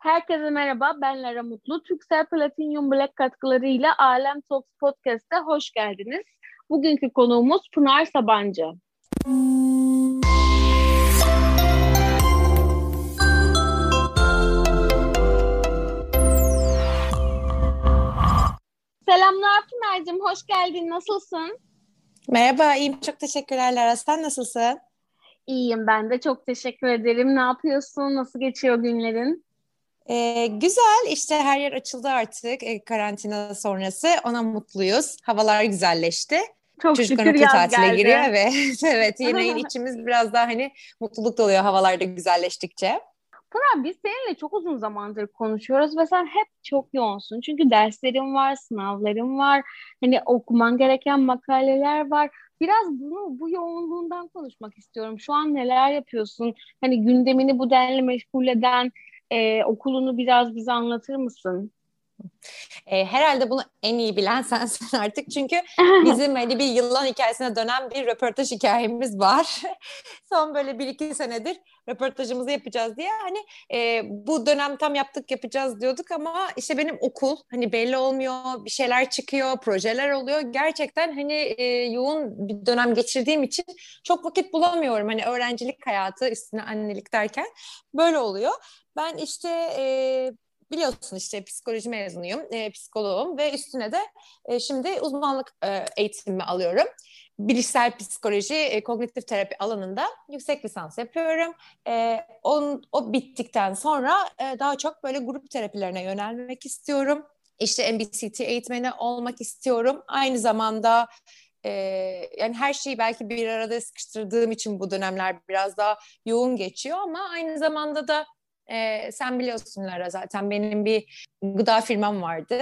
Herkese merhaba, ben Lara Mutlu. Turkcell Platinum Black katkılarıyla Alem Talks Podcast'a hoş geldiniz. Bugünkü konuğumuz Pınar Sabancı. Selamlar Pınar'cığım, hoş geldin. Nasılsın? Merhaba, iyiyim. Çok teşekkürler Lara. Sen nasılsın? İyiyim ben de, çok teşekkür ederim. Ne yapıyorsun? Nasıl geçiyor günlerin? Güzel. İşte her yer açıldı artık karantina sonrası. Ona mutluyuz. Havalar güzelleşti. Çok Çocukların şükür okul yaz tatile giriyor geldi. ve evet yine içimiz biraz daha hani mutluluk doluyor havalar da güzelleştikçe. Pınar, biz seninle çok uzun zamandır konuşuyoruz ve sen hep çok yoğunsun. Çünkü derslerin var, sınavların var, hani okuman gereken makaleler var. Biraz bu yoğunluğundan konuşmak istiyorum. Şu an neler yapıyorsun? Hani gündemini bu denli meşgul eden okulunu biraz bize anlatır mısın? Herhalde bunu en iyi bilen sensin artık. Çünkü bizim hani bir yılan hikayesine dönen bir röportaj hikayemiz var. Son böyle bir iki senedir röportajımızı yapacağız diye. Hani bu dönem tam yapacağız diyorduk ama işte benim okul hani belli olmuyor. Bir şeyler çıkıyor, projeler oluyor. Gerçekten hani yoğun bir dönem geçirdiğim için çok vakit bulamıyorum. Hani öğrencilik hayatı üstüne annelik derken böyle oluyor. Ben işte biliyorsun işte psikoloji mezunuyum, psikoloğum ve üstüne de şimdi uzmanlık eğitimi alıyorum. Bilişsel psikoloji, kognitif terapi alanında yüksek lisans yapıyorum. O bittikten sonra daha çok böyle grup terapilerine yönelmek istiyorum. İşte MBCT eğitmeni olmak istiyorum. Aynı zamanda e, yani her şeyi belki bir arada sıkıştırdığım için bu dönemler biraz daha yoğun geçiyor ama aynı zamanda da sen biliyorsun Lara zaten benim bir gıda firmam vardı.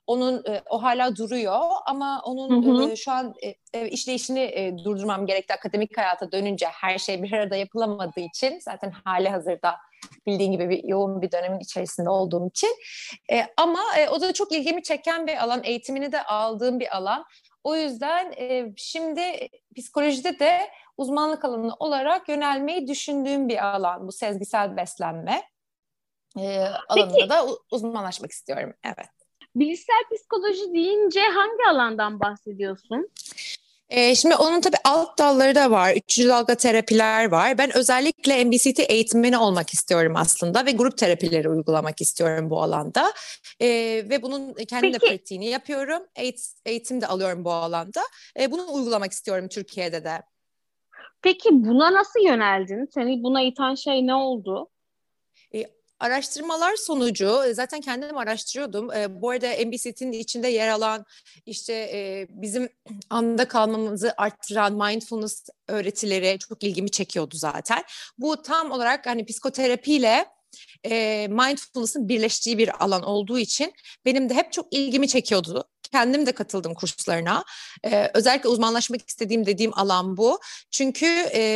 O hala duruyor ama Hı onun hı. şu an işleyişini durdurmam gerekti. Akademik hayata dönünce her şey bir arada yapılamadığı için zaten hali hazırda bildiğin gibi yoğun bir dönemin içerisinde olduğum için. Ama o da çok ilgimi çeken bir alan, eğitimini de aldığım bir alan. O yüzden şimdi psikolojide de uzmanlık alanı olarak yönelmeyi düşündüğüm bir alan bu sezgisel beslenme alanında Peki, da uzmanlaşmak istiyorum. Evet. bilişsel psikoloji deyince hangi alandan bahsediyorsun? Şimdi onun tabii alt dalları da var. Üçüncü dalga terapiler var. Ben özellikle MBCT eğitmeni olmak istiyorum aslında ve grup terapileri uygulamak istiyorum bu alanda. Ve bunun kendim de Peki, pratiğini yapıyorum. Eğitim de alıyorum bu alanda. Bunu uygulamak istiyorum Türkiye'de de. peki buna nasıl yöneldin? Seni buna iten şey ne oldu? E, Araştırmalar sonucu zaten kendim araştırıyordum. Bu arada MBCT'nin içinde yer alan işte bizim anda kalmamızı arttıran mindfulness öğretileri çok ilgimi çekiyordu zaten. Bu tam olarak hani psikoterapiyle mindfulness'ın birleştiği bir alan olduğu için benim de hep çok ilgimi çekiyordu. Kendim de katıldım kurslarına. Özellikle uzmanlaşmak istediğim dediğim alan bu. Çünkü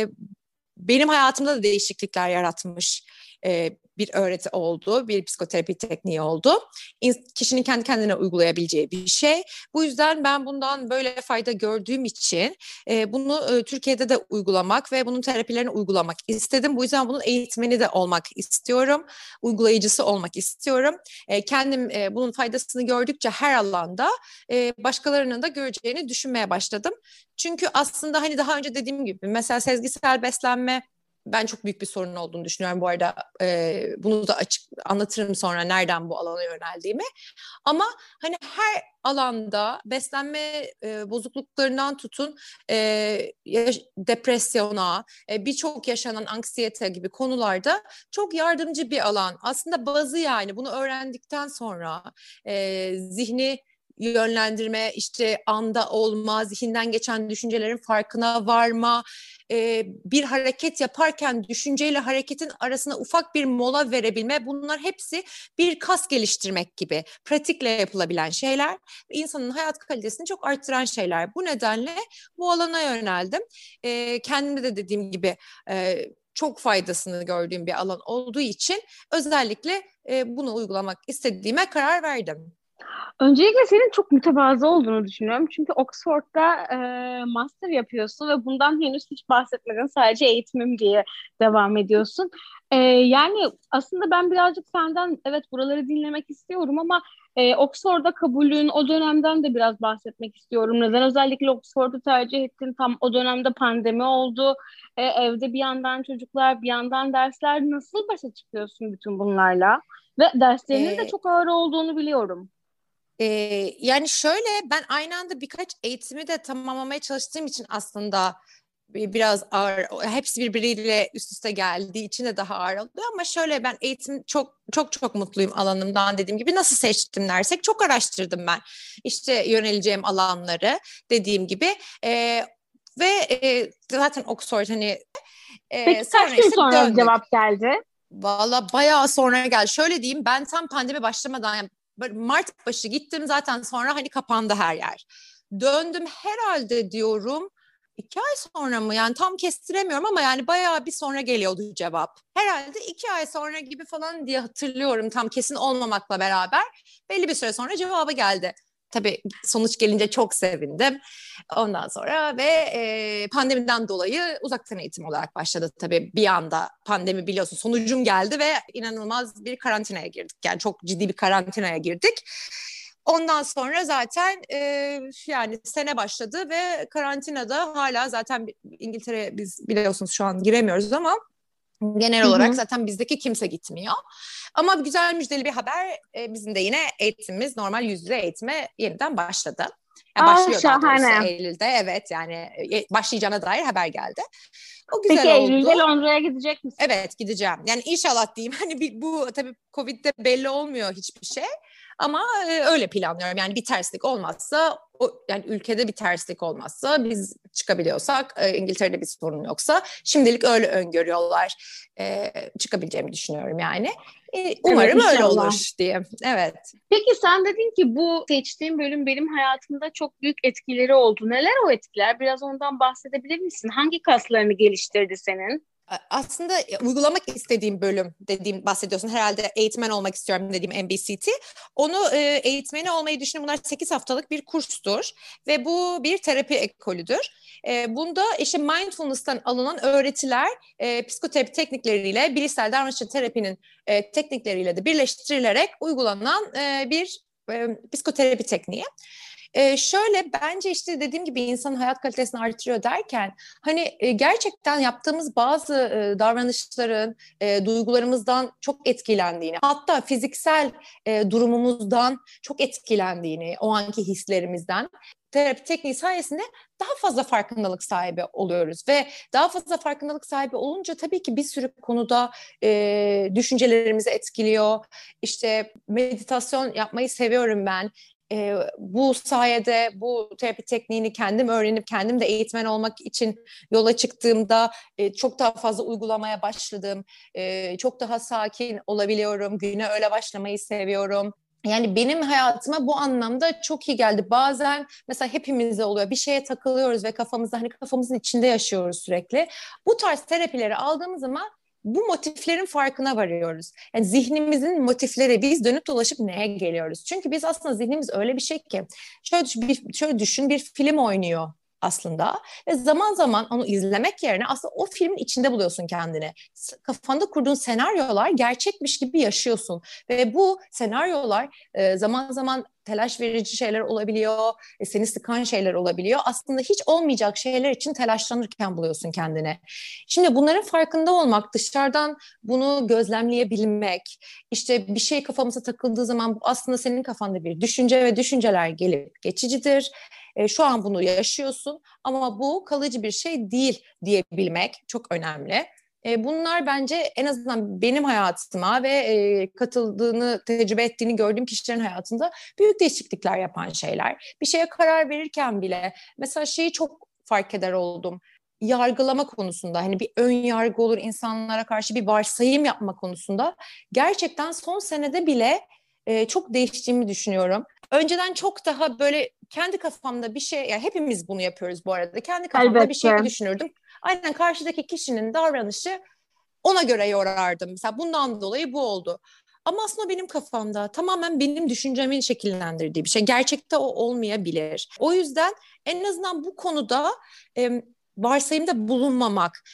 benim hayatımda da değişiklikler yaratmış bir öğreti oldu, bir psikoterapi tekniği oldu. Kişinin kendi kendine uygulayabileceği bir şey. Bu yüzden ben bundan böyle fayda gördüğüm için bunu Türkiye'de de uygulamak ve bunun terapilerini uygulamak istedim. Bu yüzden bunun eğitmeni de olmak istiyorum, uygulayıcısı olmak istiyorum. Kendim bunun faydasını gördükçe her alanda başkalarının da göreceğini düşünmeye başladım. Çünkü aslında hani daha önce dediğim gibi mesela sezgisel beslenme ben çok büyük bir sorun olduğunu düşünüyorum bu arada. Bunu da açık anlatırım sonra nereden bu alana yöneldiğimi. Ama hani her alanda beslenme bozukluklarından tutun depresyona, birçok yaşanan anksiyete gibi konularda çok yardımcı bir alan. Aslında bazı yani bunu öğrendikten sonra zihni yönlendirme, işte anda olma, zihinden geçen düşüncelerin farkına varma, bir hareket yaparken düşünceyle hareketin arasına ufak bir mola verebilme, bunlar hepsi bir kas geliştirmek gibi pratikle yapılabilen şeyler ve insanın hayat kalitesini çok arttıran şeyler. Bu nedenle bu alana yöneldim. Kendimde de dediğim gibi çok faydasını gördüğüm bir alan olduğu için özellikle bunu uygulamak istediğime karar verdim. Öncelikle senin çok mütevazı olduğunu düşünüyorum. Çünkü Oxford'da master yapıyorsun ve bundan henüz hiç bahsetmeden sadece eğitimim diye devam ediyorsun. Yani aslında ben birazcık senden evet buraları dinlemek istiyorum ama Oxford'a kabulün o dönemden de biraz bahsetmek istiyorum. Neden özellikle Oxford'u tercih ettin? Tam o dönemde pandemi oldu. Evde bir yandan çocuklar, bir yandan dersler. Nasıl başa çıkıyorsun bütün bunlarla? Ve derslerinin de E, çok ağır olduğunu biliyorum. Yani şöyle, ben aynı anda birkaç eğitimi de tamamlamaya çalıştığım için aslında biraz ağır, hepsi birbiriyle üst üste geldiği için de daha ağır oluyor. Ama şöyle, ben eğitim çok çok çok mutluyum alanımdan. Dediğim gibi nasıl seçtim dersek, çok araştırdım ben işte yöneleceğim alanları, dediğim gibi. E, ve zaten Oxford, hani Peki kaç sonra gün işte sonra döndük. cevap geldi? Valla bayağı sonra geldi. Şöyle diyeyim, ben tam pandemi başlamadan, yani Mart başı gittim zaten, sonra hani kapandı her yer. Döndüm herhalde diyorum 2 ay sonra mı, yani tam kestiremiyorum ama yani bayağı bir sonra geliyordu cevap. Herhalde 2 ay sonra gibi falan diye hatırlıyorum, tam kesin olmamakla beraber belli bir süre sonra cevabı geldi. Tabii sonuç gelince çok sevindim. Ondan sonra ve pandemiden dolayı uzaktan eğitim olarak başladı tabii bir anda. Pandemi, biliyorsun, sonucum geldi ve inanılmaz bir karantinaya girdik. Yani çok ciddi bir karantinaya girdik. Ondan sonra zaten yani sene başladı ve karantinada hala zaten İngiltere'ye biz biliyorsunuz şu an giremiyoruz ama genel Hı olarak hı. zaten bizdeki kimse gitmiyor. Ama güzel, müjdeli bir haber. Bizim de yine eğitimimiz normal yüz yüze eğitime yeniden başladı. Yani Aa, başlıyor daha doğrusu şahane. Eylül'de. Evet, yani başlayacağına dair haber geldi. O Peki güzel oldu. Eylül'de Londra'ya gidecek misin? Evet, gideceğim. Yani inşallah diyeyim. Hani bu tabii Covid'de belli olmuyor hiçbir şey. Ama öyle planlıyorum. Yani bir terslik olmazsa, yani ülkede bir terslik olmazsa, biz çıkabiliyorsak, İngiltere'de bir sorun yoksa, şimdilik öyle öngörüyorlar. Çıkabileceğimi düşünüyorum yani. Evet, Umarım öyle inşallah. olur diye. Evet. Peki sen dedin ki bu seçtiğim bölüm benim hayatımda çok büyük etkileri oldu. Neler o etkiler? Biraz ondan bahsedebilir misin? Hangi kaslarını geliştirdi senin? Aslında uygulamak istediğim bölüm dediğim, bahsediyorsun herhalde, eğitmen olmak istiyorum dediğim MBCT. Onu eğitmeni olmayı düşünüyorum. Bunlar 8 haftalık bir kurstur ve bu bir terapi ekolüdür. Bunda işte mindfulness'tan alınan öğretiler psikoterapi teknikleriyle, bilişsel davranışçı terapinin teknikleriyle de birleştirilerek uygulanan bir psikoterapi tekniği. Şöyle, bence işte dediğim gibi insanın hayat kalitesini artırıyor derken, hani gerçekten yaptığımız bazı davranışların duygularımızdan çok etkilendiğini, hatta fiziksel durumumuzdan çok etkilendiğini, o anki hislerimizden, terapi tekniği sayesinde daha fazla farkındalık sahibi oluyoruz ve daha fazla farkındalık sahibi olunca tabii ki bir sürü konuda düşüncelerimizi etkiliyor. İşte meditasyon yapmayı seviyorum ben. Bu sayede bu terapi tekniğini kendim öğrenip kendim de eğitmen olmak için yola çıktığımda çok daha fazla uygulamaya başladım. Çok daha sakin olabiliyorum. Güne öyle başlamayı seviyorum. Yani benim hayatıma bu anlamda çok iyi geldi. Bazen mesela hepimizde oluyor. Bir şeye takılıyoruz ve kafamızda, hani kafamızın içinde yaşıyoruz sürekli. Bu tarz terapileri aldığımız zaman bu motiflerin farkına varıyoruz. Yani zihnimizin motifleri, biz dönüp dolaşıp neye geliyoruz? Çünkü biz aslında, zihnimiz öyle bir şey ki, şöyle düşün, bir film oynuyor aslında ve zaman zaman onu izlemek yerine aslında o filmin içinde buluyorsun kendini. Kafanda kurduğun senaryolar gerçekmiş gibi yaşıyorsun ve bu senaryolar zaman zaman telaş verici şeyler olabiliyor, seni sıkan şeyler olabiliyor. Aslında hiç olmayacak şeyler için telaşlanırken buluyorsun kendini. Şimdi bunların farkında olmak, dışarıdan bunu gözlemleyebilmek, işte bir şey kafamıza takıldığı zaman bu aslında senin kafanda bir düşünce ve düşünceler gelip geçicidir. Şu an bunu yaşıyorsun ama bu kalıcı bir şey değil diyebilmek çok önemli. Bunlar bence en azından benim hayatıma ve katıldığını, tecrübe ettiğini gördüğüm kişilerin hayatında büyük değişiklikler yapan şeyler. Bir şeye karar verirken bile mesela şeyi çok fark eder oldum. Yargılama konusunda, hani bir ön yargı olur, insanlara karşı bir varsayım yapma konusunda gerçekten son senede bile çok değiştiğimi düşünüyorum. Önceden çok daha böyle kendi kafamda bir şey, yani hepimiz bunu yapıyoruz bu arada. Kendi kafamda bir şey Elbette. düşünürdüm. Aynen, karşıdaki kişinin davranışı ona göre yorardım. Mesela bundan dolayı bu oldu. Ama aslında benim kafamda tamamen benim düşüncemin şekillendirdiği bir şey. Gerçekte o olmayabilir. O yüzden en azından bu konuda varsayımda bulunmamak.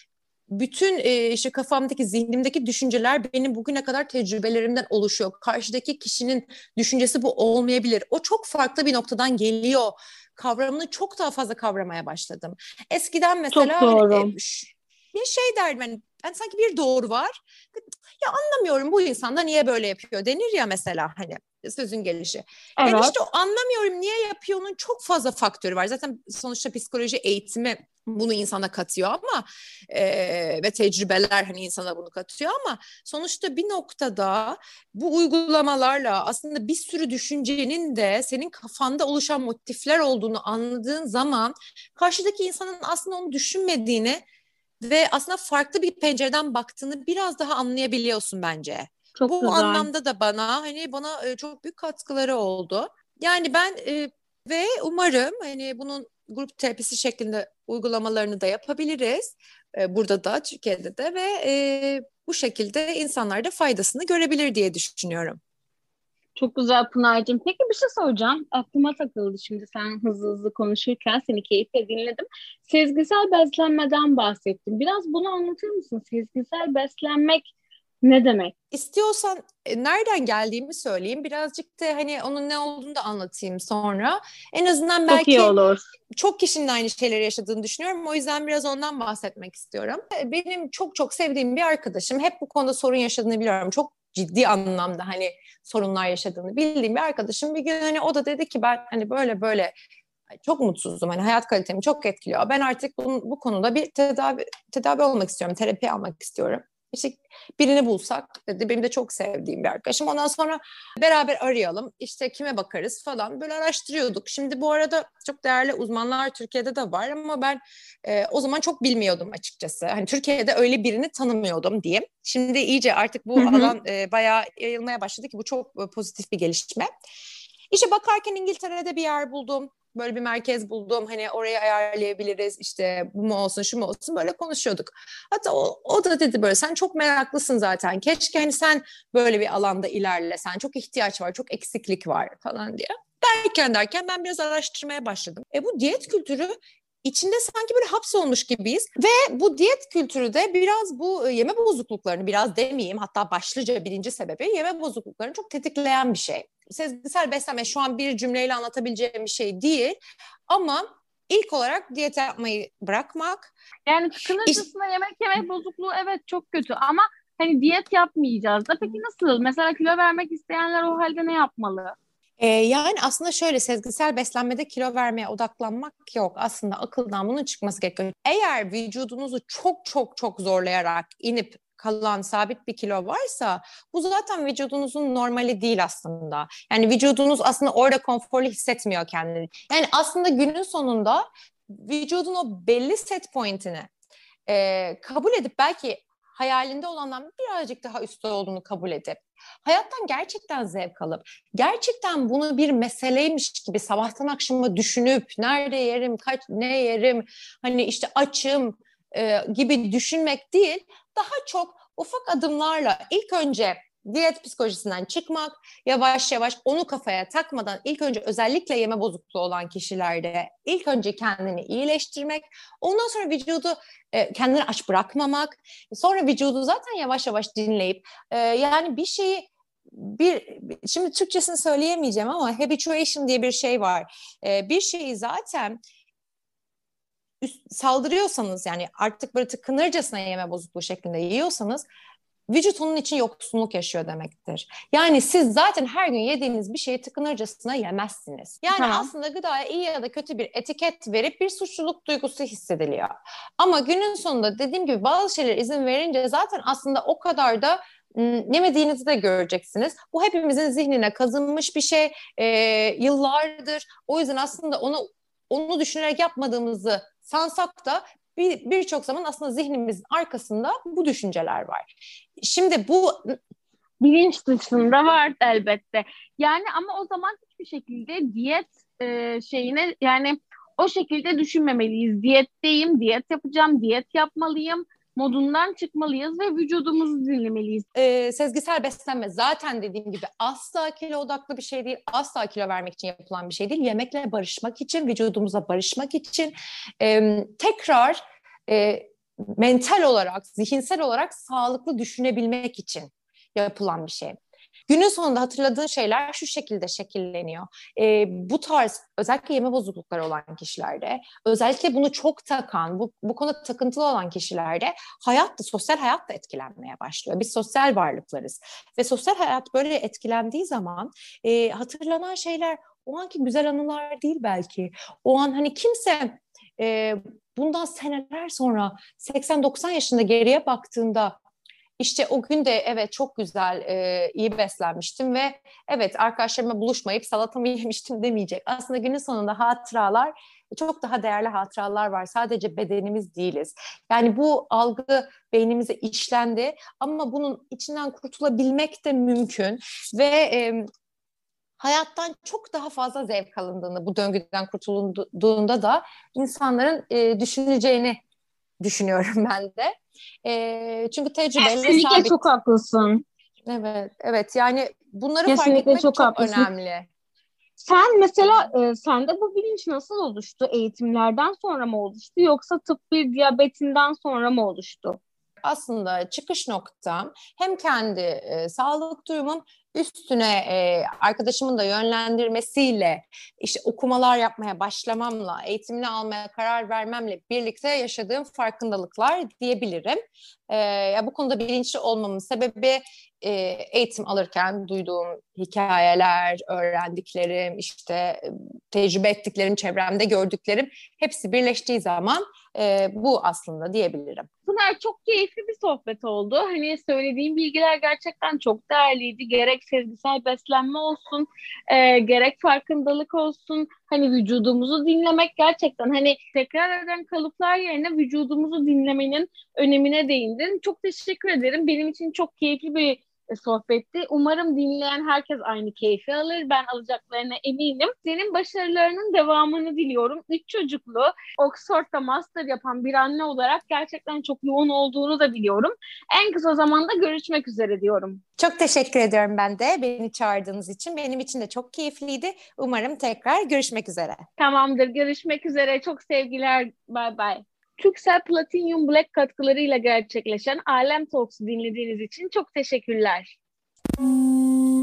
bütün işte kafamdaki, zihnimdeki düşünceler benim bugüne kadar tecrübelerimden oluşuyor. Karşıdaki kişinin düşüncesi bu olmayabilir. O çok farklı bir noktadan geliyor kavramını çok daha fazla kavramaya başladım. Eskiden Çok mesela hani, doğru. bir şey derdim hani sanki bir doğru var. Ya anlamıyorum bu insan da niye böyle yapıyor denir ya mesela hani sözün gelişi. Yani Evet. işte o anlamıyorum niye yapıyor'nun çok fazla faktörü var. Zaten sonuçta psikoloji eğitimi bunu insana katıyor ama ve tecrübeler hani insana bunu katıyor ama sonuçta bir noktada bu uygulamalarla aslında bir sürü düşüncenin de senin kafanda oluşan motifler olduğunu anladığın zaman karşıdaki insanın aslında onu düşünmediğini ve aslında farklı bir pencereden baktığını biraz daha anlayabiliyorsun bence. Çok Bu güzel. anlamda da bana çok büyük katkıları oldu. Yani ben ve umarım hani bunun grup terapisi şeklinde uygulamalarını da yapabiliriz. Burada da Türkiye'de de ve bu şekilde insanlar da faydasını görebilir diye düşünüyorum. Çok güzel Pınar'cığım. Peki bir şey soracağım. Aklıma takıldı şimdi sen hızlı hızlı konuşurken seni keyifle dinledim. Sezgisel beslenmeden bahsettim. Biraz bunu anlatır mısın? Sezgisel beslenmek ne demek? İstiyorsan nereden geldiğimi söyleyeyim. Birazcık da hani onun ne olduğunu da anlatayım sonra. En azından Çok iyi belki olur. çok kişinin aynı şeyleri yaşadığını düşünüyorum. O yüzden biraz ondan bahsetmek istiyorum. Benim çok çok sevdiğim bir arkadaşım. Hep bu konuda sorun yaşadığını biliyorum. Çok ciddi anlamda hani sorunlar yaşadığını bildiğim bir arkadaşım. Bir gün hani o da dedi ki ben hani böyle böyle çok mutsuzum. Hani hayat kalitemi çok etkiliyor. Ben artık bu konuda bir tedavi olmak istiyorum. Terapi almak istiyorum. İşte birini bulsak dedi. Benim de çok sevdiğim bir arkadaşım. Ondan sonra beraber arayalım. İşte kime bakarız falan. Böyle araştırıyorduk. Şimdi bu arada çok değerli uzmanlar Türkiye'de de var ama ben o zaman çok bilmiyordum açıkçası. Hani Türkiye'de öyle birini tanımıyordum diyeyim. Şimdi iyice artık Hı bu hı. alan bayağı yayılmaya başladı ki bu çok pozitif bir gelişme. İşte bakarken İngiltere'de bir yer buldum. Böyle bir merkez buldum. Hani orayı ayarlayabiliriz. İşte bu mu olsun, şu mu olsun böyle konuşuyorduk. Hatta o da dedi böyle sen çok meraklısın zaten. Keşke hani sen böyle bir alanda ilerlesen. Çok ihtiyaç var, çok eksiklik var falan diye. Derken ben biraz araştırmaya başladım. Bu diyet kültürü içinde sanki böyle hapsolmuş gibiyiz ve bu diyet kültürü de biraz bu yeme bozukluklarını biraz demeyeyim hatta başlıca birinci sebebi yeme bozukluklarını çok tetikleyen bir şey. Sezgisel beslenme şu an bir cümleyle anlatabileceğim bir şey değil ama ilk olarak diyet yapmayı bırakmak. Yani İşte, tıkınırcasına yemek bozukluğu evet çok kötü ama hani diyet yapmayacağız da peki nasıl? Mesela kilo vermek isteyenler o halde ne yapmalı? yani aslında şöyle sezgisel beslenmede kilo vermeye odaklanmak yok. Aslında akıldan bunun çıkması gerekiyor. Eğer vücudunuzu çok çok çok zorlayarak inip kalan sabit bir kilo varsa bu zaten vücudunuzun normali değil aslında. Yani vücudunuz aslında orada konforlu hissetmiyor kendini. Yani aslında günün sonunda vücudun o belli set pointini kabul edip belki hayalinde olandan birazcık daha üstte olduğunu kabul edip hayattan gerçekten zevk alıp gerçekten bunu bir meseleymiş gibi sabahtan akşama düşünüp nerede yerim, ne yerim, hani işte açım gibi düşünmek değil, daha çok ufak adımlarla ilk önce diyet psikolojisinden çıkmak, yavaş yavaş onu kafaya takmadan ilk önce özellikle yeme bozukluğu olan kişilerde ilk önce kendini iyileştirmek, ondan sonra vücudu kendini aç bırakmamak, sonra vücudu zaten yavaş yavaş dinleyip yani bir şeyi şimdi Türkçesini söyleyemeyeceğim ama habituation diye bir şey var. Bir şeyi zaten saldırıyorsanız yani artık böyle tıkınırcasına yeme bozukluğu şeklinde yiyorsanız vücut onun için yoksunluk yaşıyor demektir. Yani siz zaten her gün yediğiniz bir şeyi tıkınırcasına yemezsiniz. Yani Tamam. aslında gıdaya iyi ya da kötü bir etiket verip bir suçluluk duygusu hissediliyor. Ama günün sonunda dediğim gibi bazı şeyler izin verince zaten aslında o kadar da yemediğinizi de göreceksiniz. Bu hepimizin zihnine kazınmış bir şey yıllardır. O yüzden aslında onu düşünerek yapmadığımızı sansak da birçok zaman aslında zihnimizin arkasında bu düşünceler var. Şimdi bu Bilinç dışında var elbette. Yani ama o zaman hiçbir şekilde diyet şeyine yani o şekilde düşünmemeliyiz. Diyetteyim, diyet yapacağım, diyet yapmalıyım modundan çıkmalıyız ve vücudumuzu dinlemeliyiz. sezgisel beslenme zaten dediğim gibi asla kilo odaklı bir şey değil. Asla kilo vermek için yapılan bir şey değil. Yemekle barışmak için, vücudumuza barışmak için tekrar mental olarak, zihinsel olarak sağlıklı düşünebilmek için yapılan bir şey. Günün sonunda hatırladığın şeyler şu şekilde şekilleniyor. Bu tarz özellikle yeme bozuklukları olan kişilerde, özellikle bunu çok takan, bu konuda takıntılı olan kişilerde sosyal hayat da etkilenmeye başlıyor. Biz sosyal varlıklarız ve sosyal hayat böyle etkilendiği zaman hatırlanan şeyler o anki güzel anılar değil belki. O an hani kimse bundan seneler sonra 80-90 yaşında geriye baktığında işte o gün de evet çok güzel, iyi beslenmiştim ve evet arkadaşlarımla buluşmayıp salatamı yemiştim demeyecek. Aslında günün sonunda hatıralar, çok daha değerli hatıralar var. Sadece bedenimiz değiliz. Yani bu algı beynimize işlendi ama bunun içinden kurtulabilmek de mümkün ve hayattan çok daha fazla zevk alındığını, bu döngüden kurtulduğunda da insanların düşüneceğini düşünüyorum ben de. Çünkü tecrübeyle Kesinlikle sabit. çok haklısın. Evet, evet. Yani bunları fark Kesinlikle etmek çok çok haklısın. önemli. Sen mesela sende bu bilinç nasıl oluştu? Eğitimlerden sonra mı oluştu yoksa tıp bir diyabetinden sonra mı oluştu? Aslında çıkış noktam hem kendi sağlık durumum üstüne arkadaşımın da yönlendirmesiyle işte okumalar yapmaya başlamamla, eğitimini almaya karar vermemle birlikte yaşadığım farkındalıklar diyebilirim. Ya bu konuda bilinçli olmamın sebebi eğitim alırken duyduğum hikayeler, öğrendiklerim, işte tecrübe ettiklerim, çevremde gördüklerim hepsi birleştiği zaman bu aslında diyebilirim. Pınar, çok keyifli bir sohbet oldu. Hani söylediğim bilgiler gerçekten çok değerliydi. Gerek sezgisel beslenme olsun, gerek farkındalık olsun. Hani vücudumuzu dinlemek gerçekten hani tekrar eden kalıplar yerine vücudumuzu dinlemenin önemine değindin. Çok teşekkür ederim. Benim için çok keyifli bir sohbetti. Umarım dinleyen herkes aynı keyfi alır. Ben alacaklarına eminim. Senin başarılarının devamını diliyorum. Üç çocuklu, Oxford'da master yapan bir anne olarak gerçekten çok yoğun olduğunu da biliyorum. En kısa zamanda görüşmek üzere diyorum. Çok teşekkür ediyorum ben de beni çağırdığınız için. Benim için de çok keyifliydi. Umarım tekrar görüşmek üzere. Tamamdır, görüşmek üzere. Çok sevgiler. Bay bay. Turkcell Platinum Black katkılarıyla gerçekleşen Alem Talks'u dinlediğiniz için çok teşekkürler.